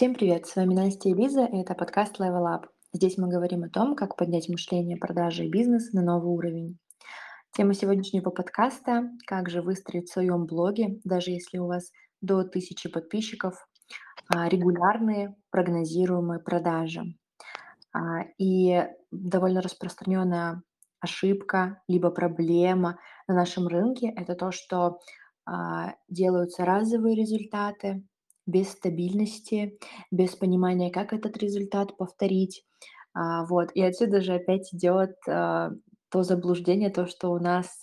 Всем привет! С вами Настя и Лиза, и это подкаст Level Up. Здесь мы говорим о том, как поднять мышление, продажи и бизнес на новый уровень. Тема сегодняшнего подкаста — как же выстроить в своем блоге, даже если у вас до 1000 подписчиков, регулярные прогнозируемые продажи. И довольно распространенная ошибка, либо проблема на нашем рынке — это то, что делаются разовые результаты без стабильности, без понимания, как этот результат повторить. Вот. И отсюда же опять идет то заблуждение, то, что у нас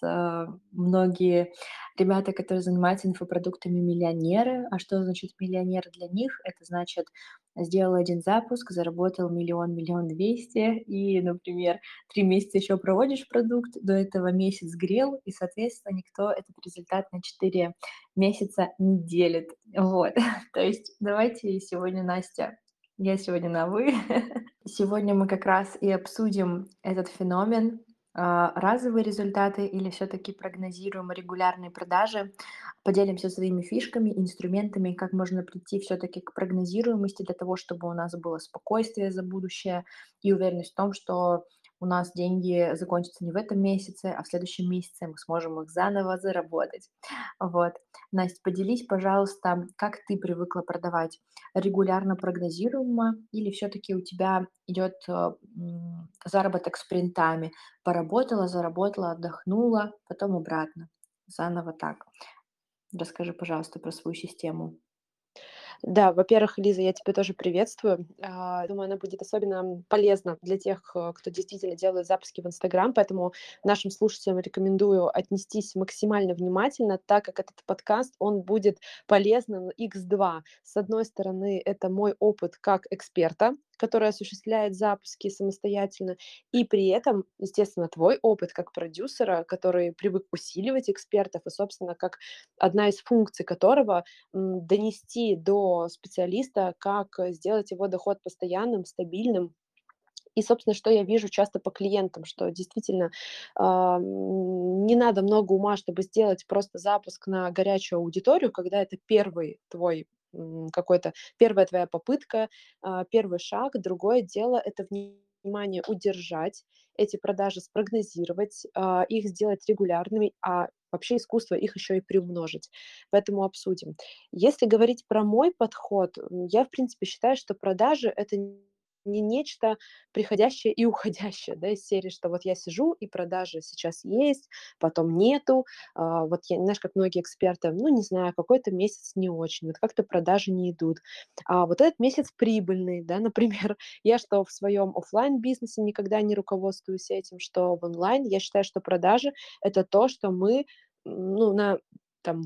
многие ребята, которые занимаются инфопродуктами, миллионеры. А что значит миллионеры для них? Это значит, сделал один запуск, заработал миллион, миллион двести, и, например, 3 месяца еще проводишь продукт, до этого месяц грел, и, соответственно, никто этот результат на 4 месяца не делит. Вот. То есть давайте сегодня, Настя, я сегодня на «вы». Сегодня мы как раз и обсудим этот феномен, разовые результаты или все-таки прогнозируем регулярные продажи. Поделимся своими фишками, инструментами, как можно прийти все-таки к прогнозируемости для того, чтобы у нас было спокойствие за будущее и уверенность в том, что у нас деньги закончатся не в этом месяце, а в следующем месяце мы сможем их заново заработать. Вот. Настя, поделись, пожалуйста, как ты привыкла продавать? Регулярно прогнозируемо или все-таки у тебя идет заработок спринтами? Поработала, заработала, отдохнула, потом обратно. Заново так. Расскажи, пожалуйста, про свою систему. Да, во-первых, Лиза, я тебя тоже приветствую. Думаю, она будет особенно полезна для тех, кто действительно делает запуски в Инстаграм, поэтому нашим слушателям рекомендую отнестись максимально внимательно, так как этот подкаст, он будет полезным x2. С одной стороны, это мой опыт как эксперта, который осуществляет запуски самостоятельно, и при этом, естественно, твой опыт как продюсера, который привык усиливать экспертов, и, собственно, как одна из функций которого донести до специалиста, как сделать его доход постоянным, стабильным. И, собственно, что я вижу часто по клиентам, что действительно не надо много ума, чтобы сделать просто запуск на горячую аудиторию, когда это первый твой какой-то, первая твоя попытка, первый шаг. Другое дело — это внимание удержать, эти продажи спрогнозировать, их сделать регулярными, а вообще искусство их еще и приумножить. Поэтому обсудим. Если говорить про мой подход, я, в принципе, считаю, что продажи — это не нечто приходящее и уходящее, да, из серии, что вот я сижу, и продажи сейчас есть, потом нету. Вот я, знаешь, как многие эксперты, ну, не знаю, какой-то месяц не очень, вот как-то продажи не идут. А вот этот месяц прибыльный, да, например. Я что в своем оффлайн бизнесе никогда не руководствуюсь этим, что в онлайн. Я считаю, что продажи — это то, что мы ну, на там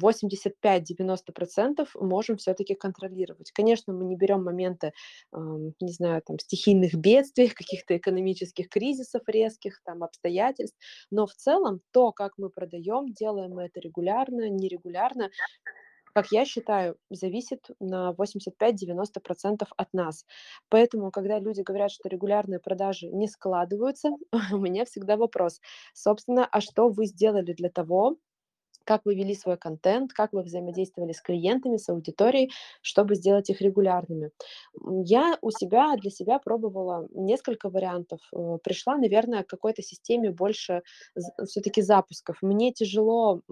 85-90% можем все-таки контролировать. Конечно, мы не берем моменты, не знаю, там, стихийных бедствий, каких-то экономических кризисов резких, там, обстоятельств, но в целом то, как мы продаем, делаем мы это регулярно, нерегулярно, как я считаю, зависит на 85-90% от нас. Поэтому, когда люди говорят, что регулярные продажи не складываются, у меня всегда вопрос, собственно, а что вы сделали для того, как вы вели свой контент, как вы взаимодействовали с клиентами, с аудиторией, чтобы сделать их регулярными. Я у себя, для себя пробовала несколько вариантов. Пришла, наверное, к какой-то системе больше все-таки запусков. Мне тяжело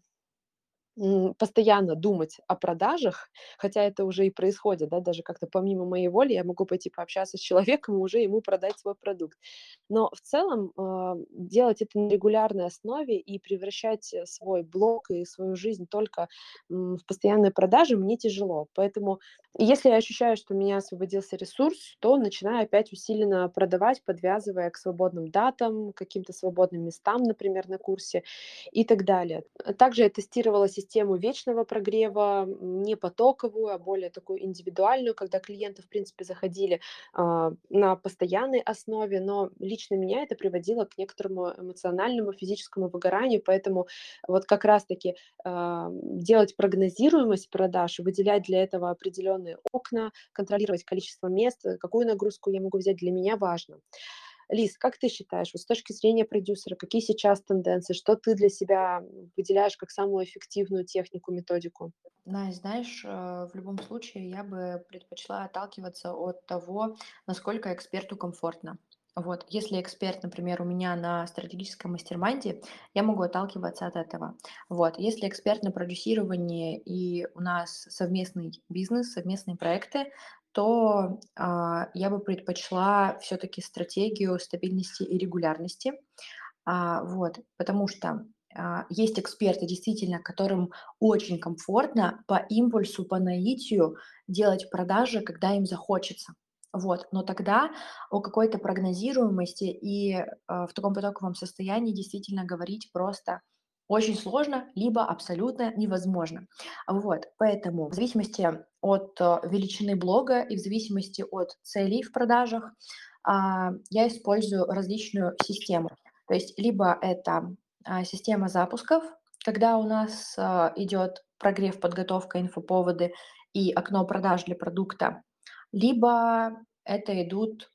постоянно думать о продажах, хотя это уже и происходит, да, даже как-то помимо моей воли я могу пойти пообщаться с человеком и уже ему продать свой продукт. Но в целом делать это на регулярной основе и превращать свой блог и свою жизнь только в постоянные продажи мне тяжело. Поэтому если я ощущаю, что у меня освободился ресурс, то начинаю опять усиленно продавать, подвязывая к свободным датам, каким-то свободным местам, например, на курсе и так далее. Также я тестировала систему вечного прогрева, не потоковую, а более такую индивидуальную, когда клиенты, в принципе, заходили на постоянной основе, но лично меня это приводило к некоторому эмоциональному, физическому выгоранию, поэтому вот как раз-таки делать прогнозируемость продаж, выделять для этого определенные окна, контролировать количество мест, какую нагрузку я могу взять, для меня важно. Лиз, как ты считаешь, вот с точки зрения продюсера, какие сейчас тенденции, что ты для себя выделяешь как самую эффективную технику, методику? Знаешь, в любом случае я бы предпочла отталкиваться от того, насколько эксперту комфортно. Вот, если эксперт, например, у меня на стратегическом мастер-майнде, я могу отталкиваться от этого. Вот, если эксперт на продюсировании и у нас совместный бизнес, совместные проекты, то я бы предпочла все-таки стратегию стабильности и регулярности. Вот, потому что есть эксперты, действительно, которым очень комфортно по импульсу, по наитию делать продажи, когда им захочется. Вот. Но тогда о какой-то прогнозируемости и в таком потоковом состоянии действительно говорить просто очень сложно, либо абсолютно невозможно. Вот. Поэтому в зависимости от величины блога и в зависимости от целей в продажах я использую различную систему. То есть либо это система запусков, когда у нас идет прогрев, подготовка, инфоповоды и окно продаж для продукта, либо это идут,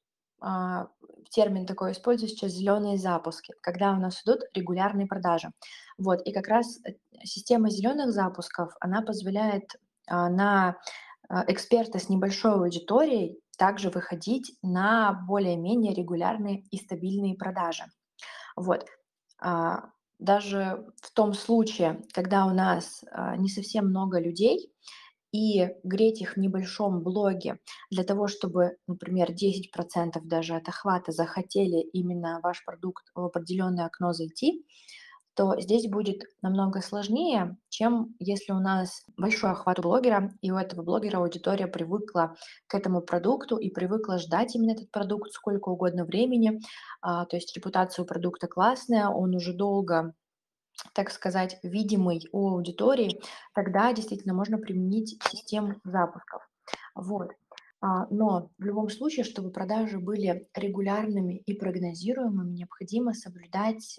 термин такой использую сейчас, зеленые запуски, когда у нас идут регулярные продажи. Вот, и как раз система зеленых запусков, она позволяет на эксперта с небольшой аудиторией также выходить на более-менее регулярные и стабильные продажи. Вот. А, Даже в том случае, когда у нас не совсем много людей, и греть их в небольшом блоге для того, чтобы, например, 10% даже от охвата захотели именно ваш продукт в определенное окно зайти, то здесь будет намного сложнее, чем если у нас большой охват у блогера, и у этого блогера аудитория привыкла к этому продукту и привыкла ждать именно этот продукт сколько угодно времени. То есть репутация у продукта классная, он уже долго, так сказать, видимый у аудитории, тогда действительно можно применить систему запусков. Вот. Но в любом случае, чтобы продажи были регулярными и прогнозируемыми, необходимо соблюдать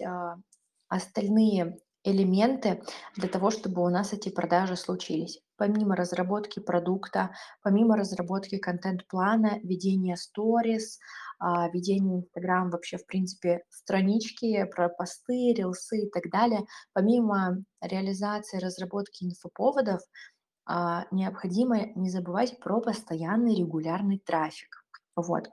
остальные элементы для того, чтобы у нас эти продажи случились. Помимо разработки продукта, помимо разработки контент-плана, ведения сторис, ведения Инстаграм, вообще, в принципе, странички про посты, рилсы и так далее, помимо реализации, разработки инфоповодов, необходимо не забывать про постоянный регулярный трафик. Вот.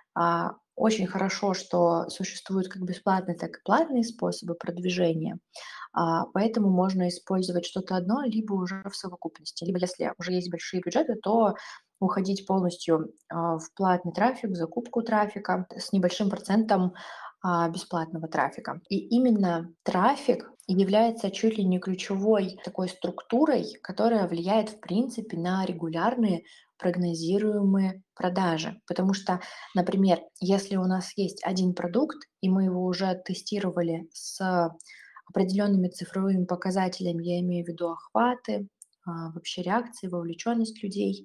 Очень хорошо, что существуют как бесплатные, так и платные способы продвижения, поэтому можно использовать что-то одно, либо уже в совокупности. Либо если уже есть большие бюджеты, то уходить полностью в платный трафик, в закупку трафика с небольшим процентом бесплатного трафика. И именно трафик является чуть ли не ключевой такой структурой, которая влияет, в принципе, на регулярные прогнозируемые продажи. Потому что, например, если у нас есть один продукт, и мы его уже тестировали с определенными цифровыми показателями, я имею в виду охваты, вообще реакции, вовлеченность людей,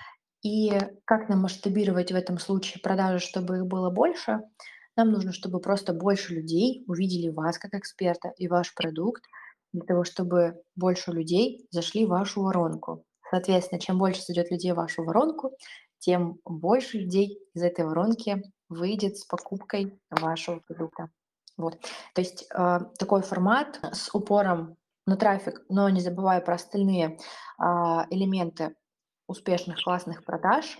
и как нам масштабировать в этом случае продажи, чтобы их было больше? Нам нужно, чтобы просто больше людей увидели вас как эксперта и ваш продукт, для того, чтобы больше людей зашли в вашу воронку. Соответственно, чем больше зайдет людей в вашу воронку, тем больше людей из этой воронки выйдет с покупкой вашего продукта. Вот. То есть такой формат с упором на трафик, но не забывая про остальные элементы успешных классных продаж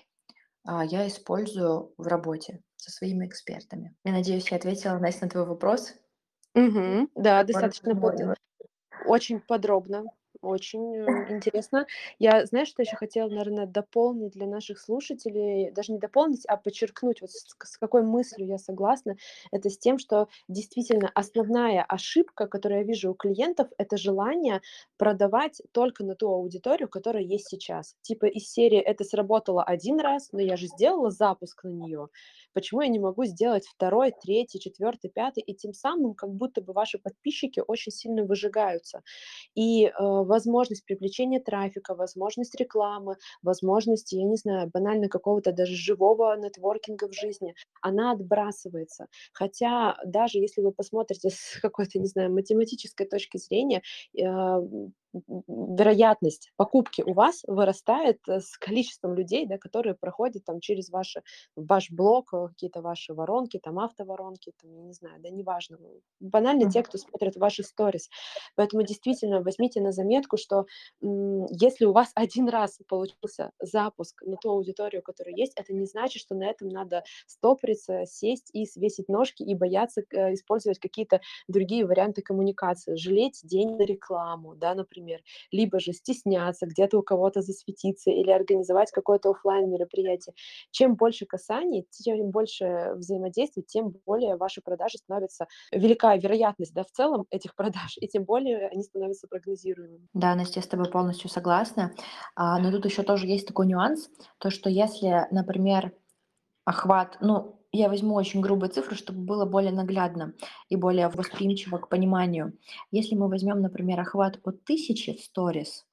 я использую в работе со своими экспертами. Я надеюсь, я ответила, Настя, на твой вопрос. Мгм. Да, Коротко достаточно говорила. очень подробно, очень, интересно. Я, знаешь, что еще хотела, наверное, дополнить для наших слушателей? Даже не дополнить, а подчеркнуть, вот с какой мыслью я согласна. Это с тем, что действительно основная ошибка, которую я вижу у клиентов, это желание продавать только на ту аудиторию, которая есть сейчас. Типа из серии: "Это сработало один раз, но я же сделала запуск на нее. Почему я не могу сделать второй, третий, четвертый, пятый?" И тем самым как будто бы ваши подписчики очень сильно выжигаются. И, возможность привлечения трафика, возможность рекламы, возможность, я не знаю, банально какого-то даже живого нетворкинга в жизни, она отбрасывается. Хотя даже если вы посмотрите с какой-то, не знаю, математической точки зрения, вероятность покупки у вас вырастает с количеством людей, да, которые проходят там через ваш блог, какие-то ваши воронки, там автоворонки, там, я не знаю, да, неважно. Банально те, кто смотрит ваши сторис. Поэтому действительно возьмите на заметку, что если у вас один раз получился запуск на ту аудиторию, которая есть, это не значит, что на этом надо стопориться, сесть и свесить ножки и бояться использовать какие-то другие варианты коммуникации. Жалеть день на рекламу, да, например, либо же стесняться где-то у кого-то засветиться или организовать какое-то оффлайн мероприятие. Чем больше касаний, тем больше взаимодействий, тем более ваши продажи становятся велика вероятность, да, в целом этих продаж, и тем более они становятся прогнозируемыми. Да, Настя, я с тобой полностью согласна. Но тут еще тоже есть такой нюанс, то, что если, например, охват, ну, я возьму очень грубые цифры, чтобы было более наглядно и более восприимчиво к пониманию. Если мы возьмем, например, охват от 1000 в сторис,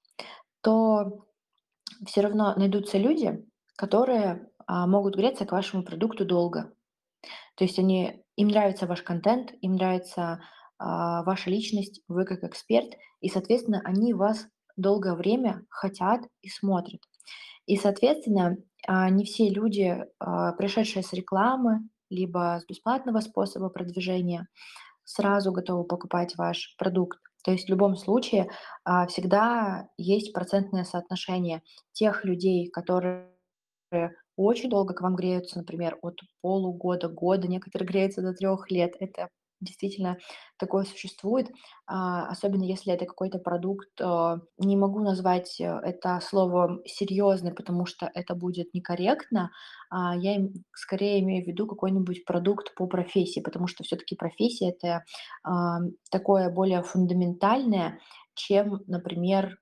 то все равно найдутся люди, которые могут греться к вашему продукту долго. То есть им нравится ваш контент, им нравится ваша личность, вы как эксперт, и, соответственно, они вас долгое время хотят и смотрят. И, соответственно, не все люди, пришедшие с рекламы, либо с бесплатного способа продвижения, сразу готовы покупать ваш продукт. То есть в любом случае всегда есть процентное соотношение тех людей, которые очень долго к вам греются, например, от полугода, года, некоторые греются до 3 лет. Это действительно такое существует, особенно если это какой-то продукт. Не могу назвать это словом серьезный, потому что это будет некорректно. Скорее имею в виду какой-нибудь продукт по профессии, потому что все-таки профессия это такое более фундаментальное, чем, например,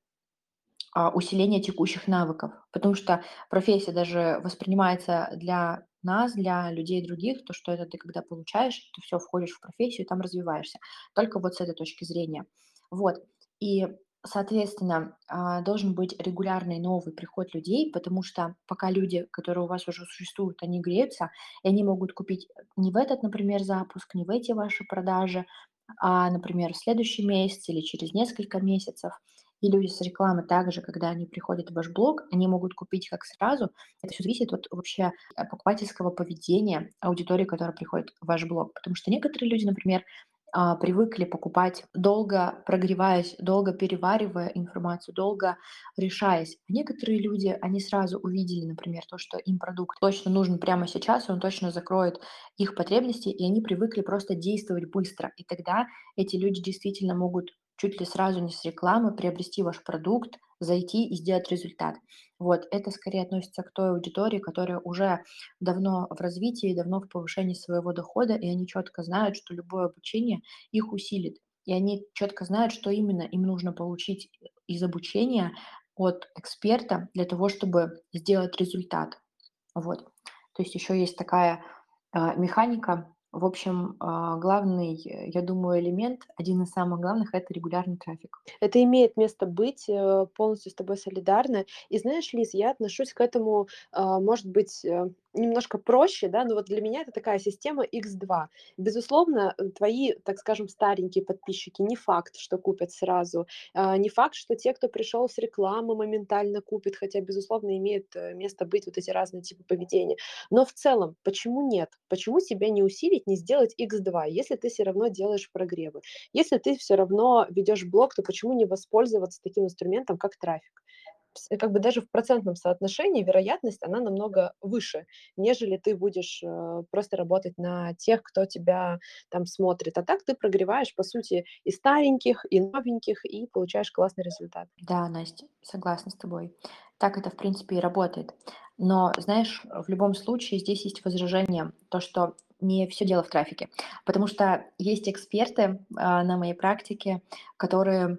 усиление текущих навыков. Потому что профессия даже воспринимается для нас, для людей других, то, что это ты когда получаешь, ты все входишь в профессию, там развиваешься. Только вот с этой точки зрения. Вот. И, соответственно, должен быть регулярный новый приход людей, потому что пока люди, которые у вас уже существуют, они греются, и они могут купить не в этот, например, запуск, не в эти ваши продажи, например, в следующий месяц или через несколько месяцев. И люди с рекламы также, когда они приходят в ваш блог, они могут купить как сразу. Это все зависит от вообще покупательского поведения аудитории, которая приходит в ваш блог. Потому что некоторые люди, например, привыкли покупать долго прогреваясь, долго переваривая информацию, долго решаясь. А некоторые люди, они сразу увидели, например, то, что им продукт точно нужен прямо сейчас, и он точно закроет их потребности, и они привыкли просто действовать быстро. И тогда эти люди действительно могут чуть ли сразу не с рекламы приобрести ваш продукт, зайти и сделать результат. Вот, это скорее относится к той аудитории, которая уже давно в развитии, давно в повышении своего дохода, и они четко знают, что любое обучение их усилит. И они четко знают, что именно им нужно получить из обучения от эксперта для того, чтобы сделать результат. Вот. То есть еще есть такая механика. В общем, главный, я думаю, элемент, один из самых главных, это регулярный трафик. Это имеет место быть, полностью с тобой солидарна. И знаешь, Лиз, я отношусь к этому, может быть, немножко проще, да, но вот для меня это такая система X2. Безусловно, твои, так скажем, старенькие подписчики не факт, что купят сразу, не факт, что те, кто пришел с рекламы, моментально купят, хотя, безусловно, имеет место быть вот эти разные типы поведения. Но в целом, почему нет? Почему себя не усилить, не сделать X2, если ты все равно делаешь прогревы? Если ты все равно ведешь блог, то почему не воспользоваться таким инструментом, как трафик? Как бы даже в процентном соотношении вероятность, она намного выше, нежели ты будешь, просто работать на тех, кто тебя там смотрит. А так ты прогреваешь, по сути, и стареньких, и новеньких, и получаешь классный результат. Да, Настя, согласна с тобой. Так это, в принципе, и работает. Но, знаешь, в любом случае здесь есть возражение, то, что не все дело в трафике. Потому что есть эксперты на моей практике, которые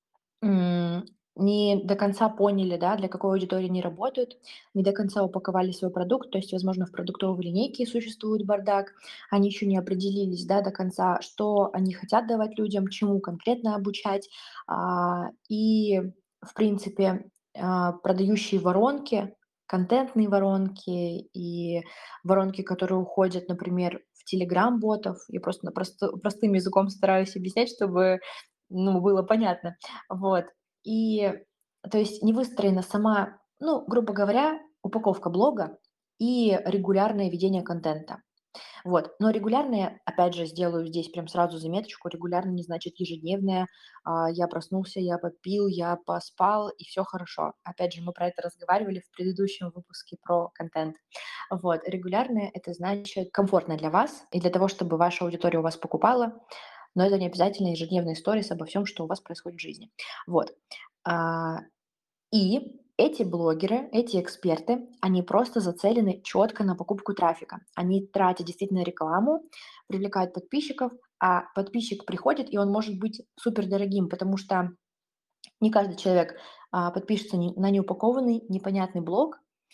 М, не до конца поняли, да, для какой аудитории они работают, не до конца упаковали свой продукт. То есть, возможно, в продуктовой линейке существует бардак. Они еще не определились, да, до конца, что они хотят давать людям, чему конкретно обучать. И, в принципе, продающие воронки, контентные воронки и воронки, которые уходят, например, в телеграм-ботов. Я просто простым языком стараюсь объяснять, чтобы, ну, было понятно. Вот. И, то есть, не выстроена сама, ну, грубо говоря, упаковка блога и регулярное ведение контента. Вот. Но регулярные, опять же, сделаю здесь прям сразу заметочку, регулярно не значит ежедневное. Я проснулся, я попил, я поспал, и все хорошо. Опять же, мы про это разговаривали в предыдущем выпуске про контент. Вот. Регулярное — это значит комфортно для вас и для того, чтобы ваша аудитория у вас покупала, но это не обязательно ежедневные сторис обо всем, что у вас происходит в жизни. Вот. А, и эти блогеры, эти эксперты, они просто зацелены четко на покупку трафика. Они тратят действительно рекламу, привлекают подписчиков, а подписчик приходит, и он может быть супер дорогим, потому что не каждый человек подпишется на неупакованный, непонятный блог,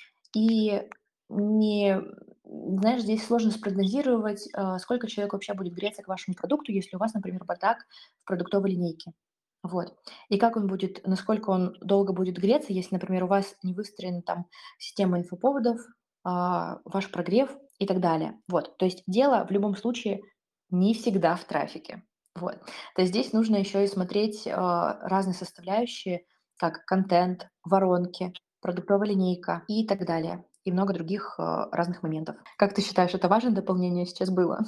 и не, знаешь, здесь сложно спрогнозировать, сколько человек вообще будет греться к вашему продукту, если у вас, например, бардак в продуктовой линейке. Вот. И как он будет, насколько он долго будет греться, если, например, у вас не выстроена там система инфоповодов, ваш прогрев и так далее. Вот. То есть дело в любом случае не всегда в трафике. Вот. То есть здесь нужно еще и смотреть разные составляющие, как контент, воронки, продуктовая линейка и так далее. И много других разных моментов. Как ты считаешь, это важное дополнение сейчас было?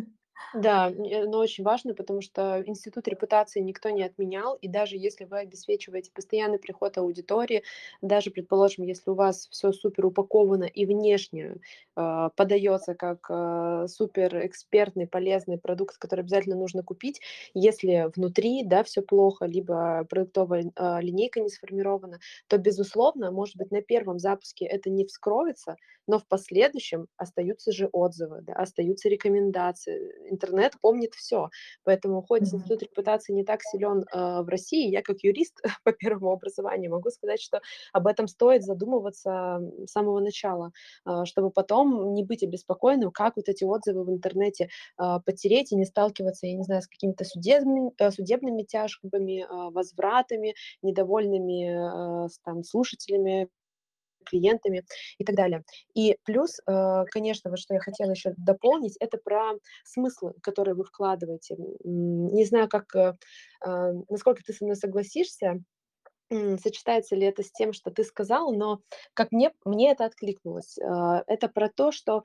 Да, но очень важно, потому что институт репутации никто не отменял, и даже если вы обеспечиваете постоянный приход аудитории, даже, предположим, если у вас все супер упаковано и внешне подается как супер экспертный, полезный продукт, который обязательно нужно купить, если внутри, да, все плохо, либо продуктовая линейка не сформирована, то, безусловно, может быть, на первом запуске это не вскроется, но в последующем остаются же отзывы, да, остаются рекомендации. Интернет помнит все. Поэтому хоть Мгм. институт репутации не так силен в России, я как юрист по первому образованию могу сказать, что об этом стоит задумываться с самого начала, чтобы потом не быть обеспокоенным, как вот эти отзывы в интернете потереть и не сталкиваться, я не знаю, с какими-то судебными тяжбами, возвратами, недовольными там, слушателями, клиентами и так далее. И плюс, конечно, вот что я хотела еще дополнить, это про смыслы, которые вы вкладываете. Не знаю, насколько ты со мной согласишься, сочетается ли это с тем, что ты сказал, но как мне это откликнулось. Это про то, что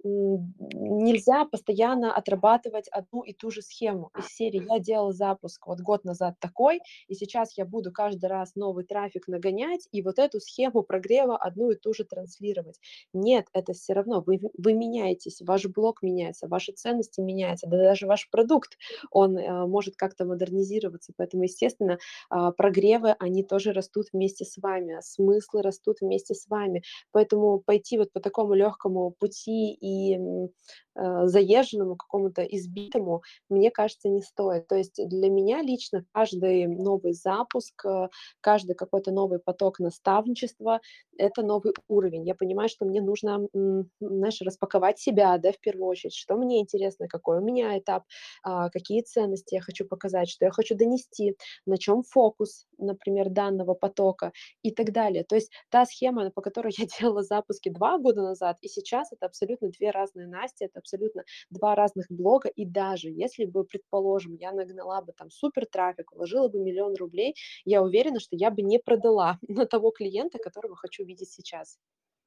нельзя постоянно отрабатывать одну и ту же схему. Из серии я делал запуск вот год назад такой, и сейчас я буду каждый раз новый трафик нагонять и вот эту схему прогрева одну и ту же транслировать. Нет, это все равно. Вы меняетесь, ваш блог меняется, ваши ценности меняются, да даже ваш продукт, он может как-то модернизироваться. Поэтому, естественно, прогревы, они тоже растут вместе с вами, а смыслы растут вместе с вами. Поэтому пойти вот по такому легкому пути и заезженному, какому-то избитому, мне кажется, не стоит. То есть для меня лично каждый новый запуск, каждый какой-то новый поток наставничества — это новый уровень. Я понимаю, что мне нужно, знаешь, распаковать себя, да, в первую очередь, что мне интересно, какой у меня этап, какие ценности я хочу показать, что я хочу донести, на чем фокус, например, данного потока и так далее. То есть та схема, по которой я делала запуски 2 года назад, и сейчас — это абсолютно 2 разные Насти, это абсолютно 2 разных блога. И даже если бы, предположим, я нагнала бы там супер трафик, вложила бы 1 000 000 рублей, я уверена, что я бы не продала на того клиента, которого хочу видеть сейчас.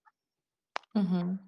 Мгм.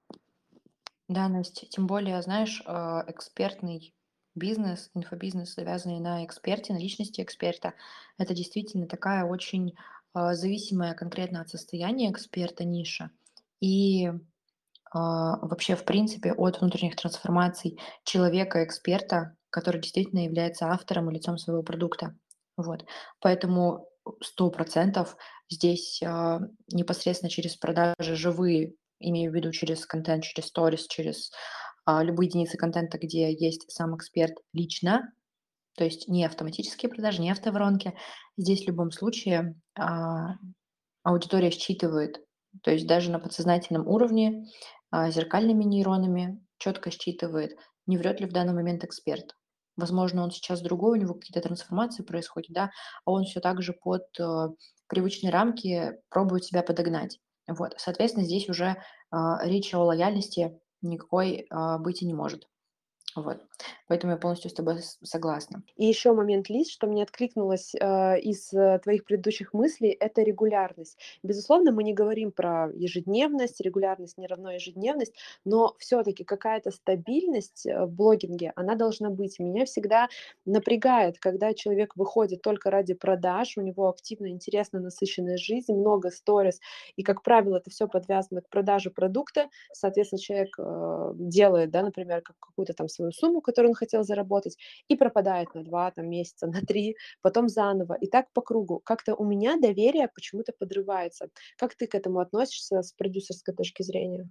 Да, Настя, тем более, знаешь, экспертный бизнес, инфобизнес, завязанный на эксперте, на личности эксперта, это действительно такая очень зависимая конкретно от состояния эксперта ниша и вообще, в принципе, от внутренних трансформаций человека-эксперта, который действительно является автором и лицом своего продукта. Вот. Поэтому 100% здесь непосредственно через продажи живые, имею в виду через контент, через сторис, через любые единицы контента, где есть сам эксперт лично, то есть не автоматические продажи, не автоворонки. Здесь в любом случае аудитория считывает, то есть даже на подсознательном уровне, зеркальными нейронами четко считывает, не врет ли в данный момент эксперт. Возможно, он сейчас другой, у него какие-то трансформации происходят, да, а он все так же под привычные рамки пробует себя подогнать. Вот, соответственно, здесь уже речи о лояльности никакой быть и не может. Вот. Поэтому я полностью с тобой согласна. И еще момент, Лиз, что мне откликнулось, из, твоих предыдущих мыслей — это регулярность. Безусловно, мы не говорим про ежедневность, регулярность не равно ежедневность, но все таки какая-то стабильность, в блогинге, она должна быть. Меня всегда напрягает, когда человек выходит только ради продаж, у него активная, интересная, насыщенная жизнь, много сторис, и, как правило, это все подвязано к продаже продукта. Соответственно, человек, делает, да, например, какую-то там свою сумму, которую он хотел заработать, и пропадает на 2 там, месяца, на 3, потом заново. И так по кругу. Как-то у меня доверие почему-то подрывается. Как ты к этому относишься с продюсерской точки зрения?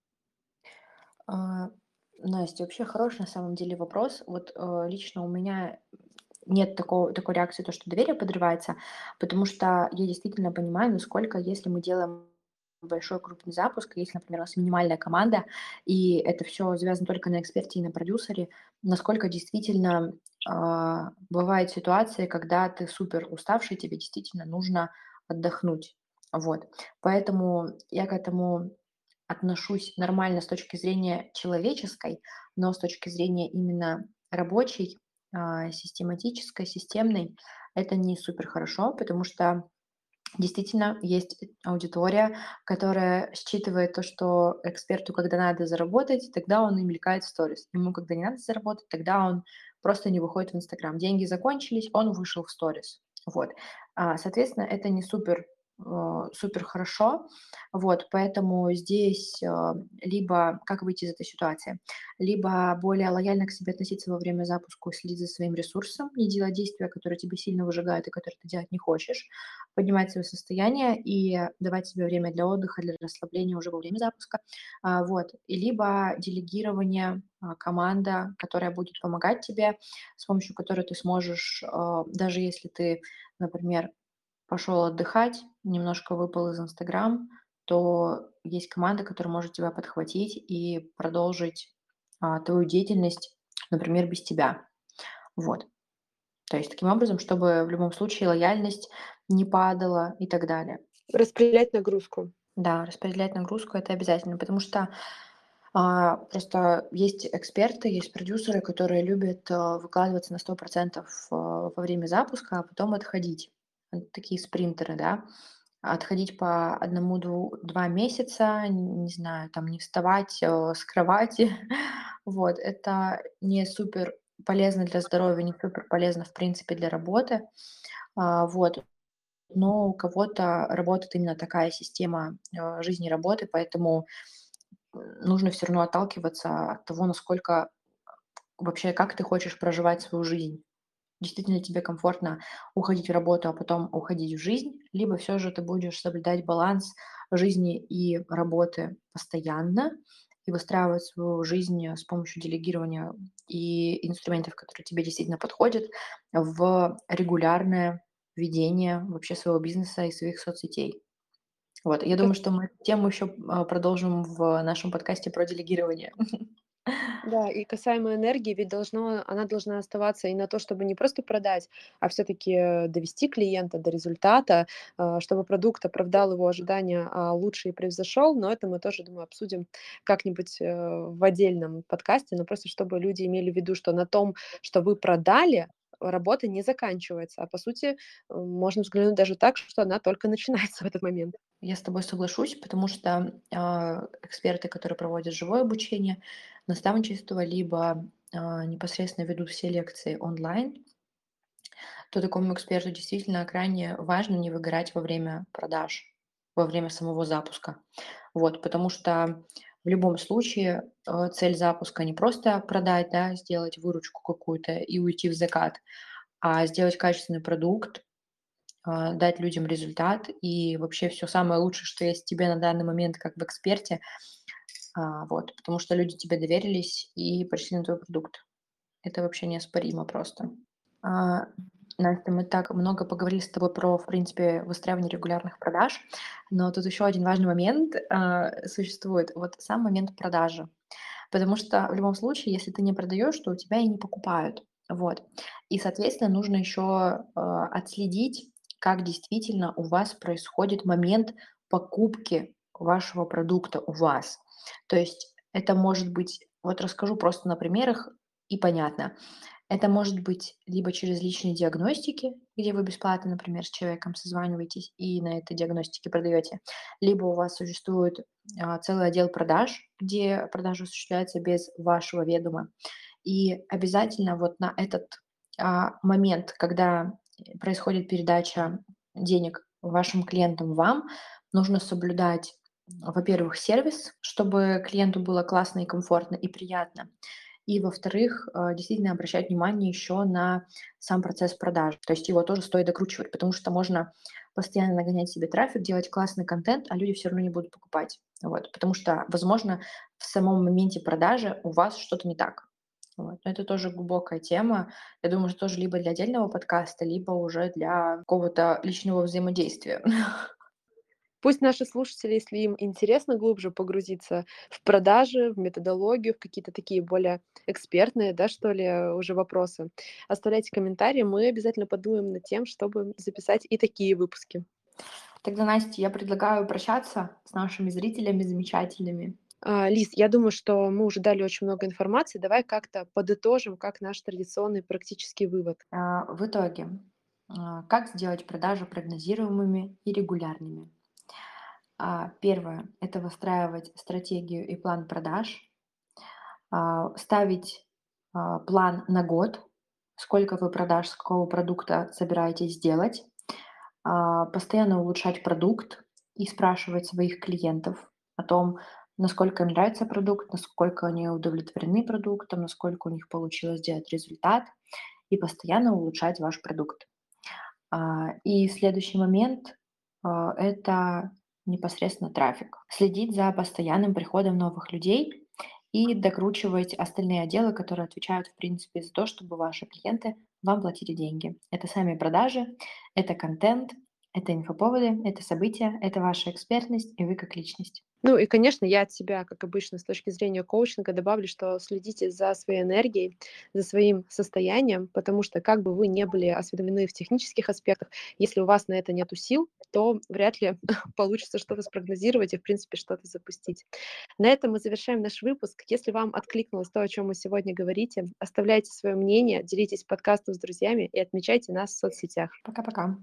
А, Настя, вообще хороший на самом деле вопрос. Вот лично у меня нет такой реакции, то, что доверие подрывается, потому что я действительно понимаю, насколько, если мы делаем большой крупный запуск, если, например, у нас минимальная команда, и это все завязано только на эксперте и на продюсере, насколько действительно бывают ситуации, когда ты супер уставший, тебе действительно нужно отдохнуть. Вот. Поэтому я к этому отношусь нормально с точки зрения человеческой, но с точки зрения именно рабочей, систематической, системной, это не супер хорошо, потому что действительно есть аудитория, которая считывает то, что эксперту, когда надо заработать, тогда он и мелькает в сторис. Ему, когда не надо заработать, тогда он просто не выходит в Инстаграм. Деньги закончились, он вышел в сторис. Вот. Соответственно, это не супер хорошо. Вот, поэтому здесь либо как выйти из этой ситуации, либо более лояльно к себе относиться во время запуска, следить за своим ресурсом, не делать действия, которые тебе сильно выжигают и которые ты делать не хочешь, поднимать свое состояние и давать себе время для отдыха, для расслабления уже во время запуска. Вот. И либо делегирование, команда, которая будет помогать тебе, с помощью которой ты сможешь, даже если ты, например, пошел отдыхать, немножко выпал из Инстаграм, то есть команда, которая может тебя подхватить и продолжить твою деятельность, например, без тебя. Вот. То есть таким образом, чтобы в любом случае лояльность не падала и так далее. Распределять нагрузку. Да, распределять нагрузку — это обязательно, потому что, просто есть эксперты, есть продюсеры, которые любят, выкладываться на 100% во время запуска, а потом отходить. Такие спринтеры, да. Отходить по 1-2 месяца, не знаю, там не вставать, с кровати. Вот, это не супер полезно для здоровья, не супер полезно, в принципе, для работы. Вот. Но у кого-то работает именно такая система, жизни и работы, поэтому, нужно все равно отталкиваться от того, насколько вообще, как ты хочешь проживать свою жизнь. Действительно тебе комфортно уходить в работу, а потом уходить в жизнь, либо все же ты будешь соблюдать баланс жизни и работы постоянно и выстраивать свою жизнь, с помощью делегирования и инструментов, которые тебе действительно подходят, в регулярное ведение вообще своего бизнеса и своих соцсетей. Вот, я думаю, что мы эту тему еще, продолжим в нашем подкасте про делегирование. Да, и касаемо энергии, ведь она должна оставаться и на то, чтобы не просто продать, а все-таки довести клиента до результата, чтобы продукт оправдал его ожидания, а лучше и превзошел. Но это мы тоже, думаю, обсудим как-нибудь в отдельном подкасте, но просто чтобы люди имели в виду, что на том, что вы продали, работа не заканчивается, а по сути можно взглянуть даже так, что она только начинается в этот момент. Я с тобой соглашусь, потому что, эксперты, которые проводят живое обучение, наставничество, либо, непосредственно ведут все лекции онлайн, то такому эксперту действительно крайне важно не выгорать во время продаж, во время самого запуска. Вот, потому что в любом случае, цель запуска не просто продать, да, сделать выручку какую-то и уйти в закат, а сделать качественный продукт, дать людям результат и вообще все самое лучшее, что есть в тебе на данный момент как в эксперте. Вот, потому что люди тебе доверились и пришли на твой продукт. Это вообще неоспоримо просто. А, Настя, мы так много поговорили с тобой про, в принципе, выстраивание регулярных продаж, но тут еще один важный момент, существует. Вот сам момент продажи. Потому что в любом случае, если ты не продаешь, то у тебя и не покупают. Вот. И, соответственно, нужно еще отследить, как действительно у вас происходит момент покупки вашего продукта у вас. То есть это может быть, вот расскажу просто на примерах, и понятно. Это может быть либо через личные диагностики, где вы бесплатно, например, с человеком созваниваетесь и на этой диагностике продаете, либо у вас существует целый отдел продаж, где продажа осуществляется без вашего ведома. И обязательно вот на этот момент, когда происходит передача денег вашим клиентам вам, нужно соблюдать, во-первых, сервис, чтобы клиенту было классно и комфортно и приятно. И, во-вторых, действительно обращать внимание еще на сам процесс продаж. То есть его тоже стоит докручивать, потому что можно постоянно нагонять себе трафик, делать классный контент, а люди все равно не будут покупать. Вот, потому что, возможно, в самом моменте продажи у вас что-то не так. Вот. Но это тоже глубокая тема. Я думаю, что тоже либо для отдельного подкаста, либо уже для какого-то личного взаимодействия. Пусть наши слушатели, если им интересно глубже погрузиться в продажи, в методологию, в какие-то такие более экспертные, да, что ли, уже вопросы, оставляйте комментарии, мы обязательно подумаем над тем, чтобы записать и такие выпуски. Тогда, Настя, я предлагаю прощаться с нашими зрителями замечательными. Лиз, я думаю, что мы уже дали очень много информации. Давай как-то подытожим, как наш традиционный практический вывод. В итоге, как сделать продажи прогнозируемыми и регулярными? Первое — это выстраивать стратегию и план продаж, ставить план на год, сколько вы продаж с какого продукта собираетесь сделать, постоянно улучшать продукт и спрашивать своих клиентов о том, насколько им нравится продукт, насколько они удовлетворены продуктом, насколько у них получилось сделать результат, и постоянно улучшать ваш продукт. И следующий момент это непосредственно трафик. Следить за постоянным приходом новых людей и докручивать остальные отделы, которые отвечают, в принципе, за то, чтобы ваши клиенты вам платили деньги. Это сами продажи, это контент, это инфоповоды, это события, это ваша экспертность и вы как личность. Ну и, конечно, я от себя, как обычно, с точки зрения коучинга добавлю, что следите за своей энергией, за своим состоянием, потому что как бы вы не были осведомлены в технических аспектах, если у вас на это нету сил, то вряд ли получится что-то спрогнозировать и, в принципе, что-то запустить. На этом мы завершаем наш выпуск. Если вам откликнулось то, о чем мы сегодня говорите, оставляйте свое мнение, делитесь подкастом с друзьями и отмечайте нас в соцсетях. Пока-пока.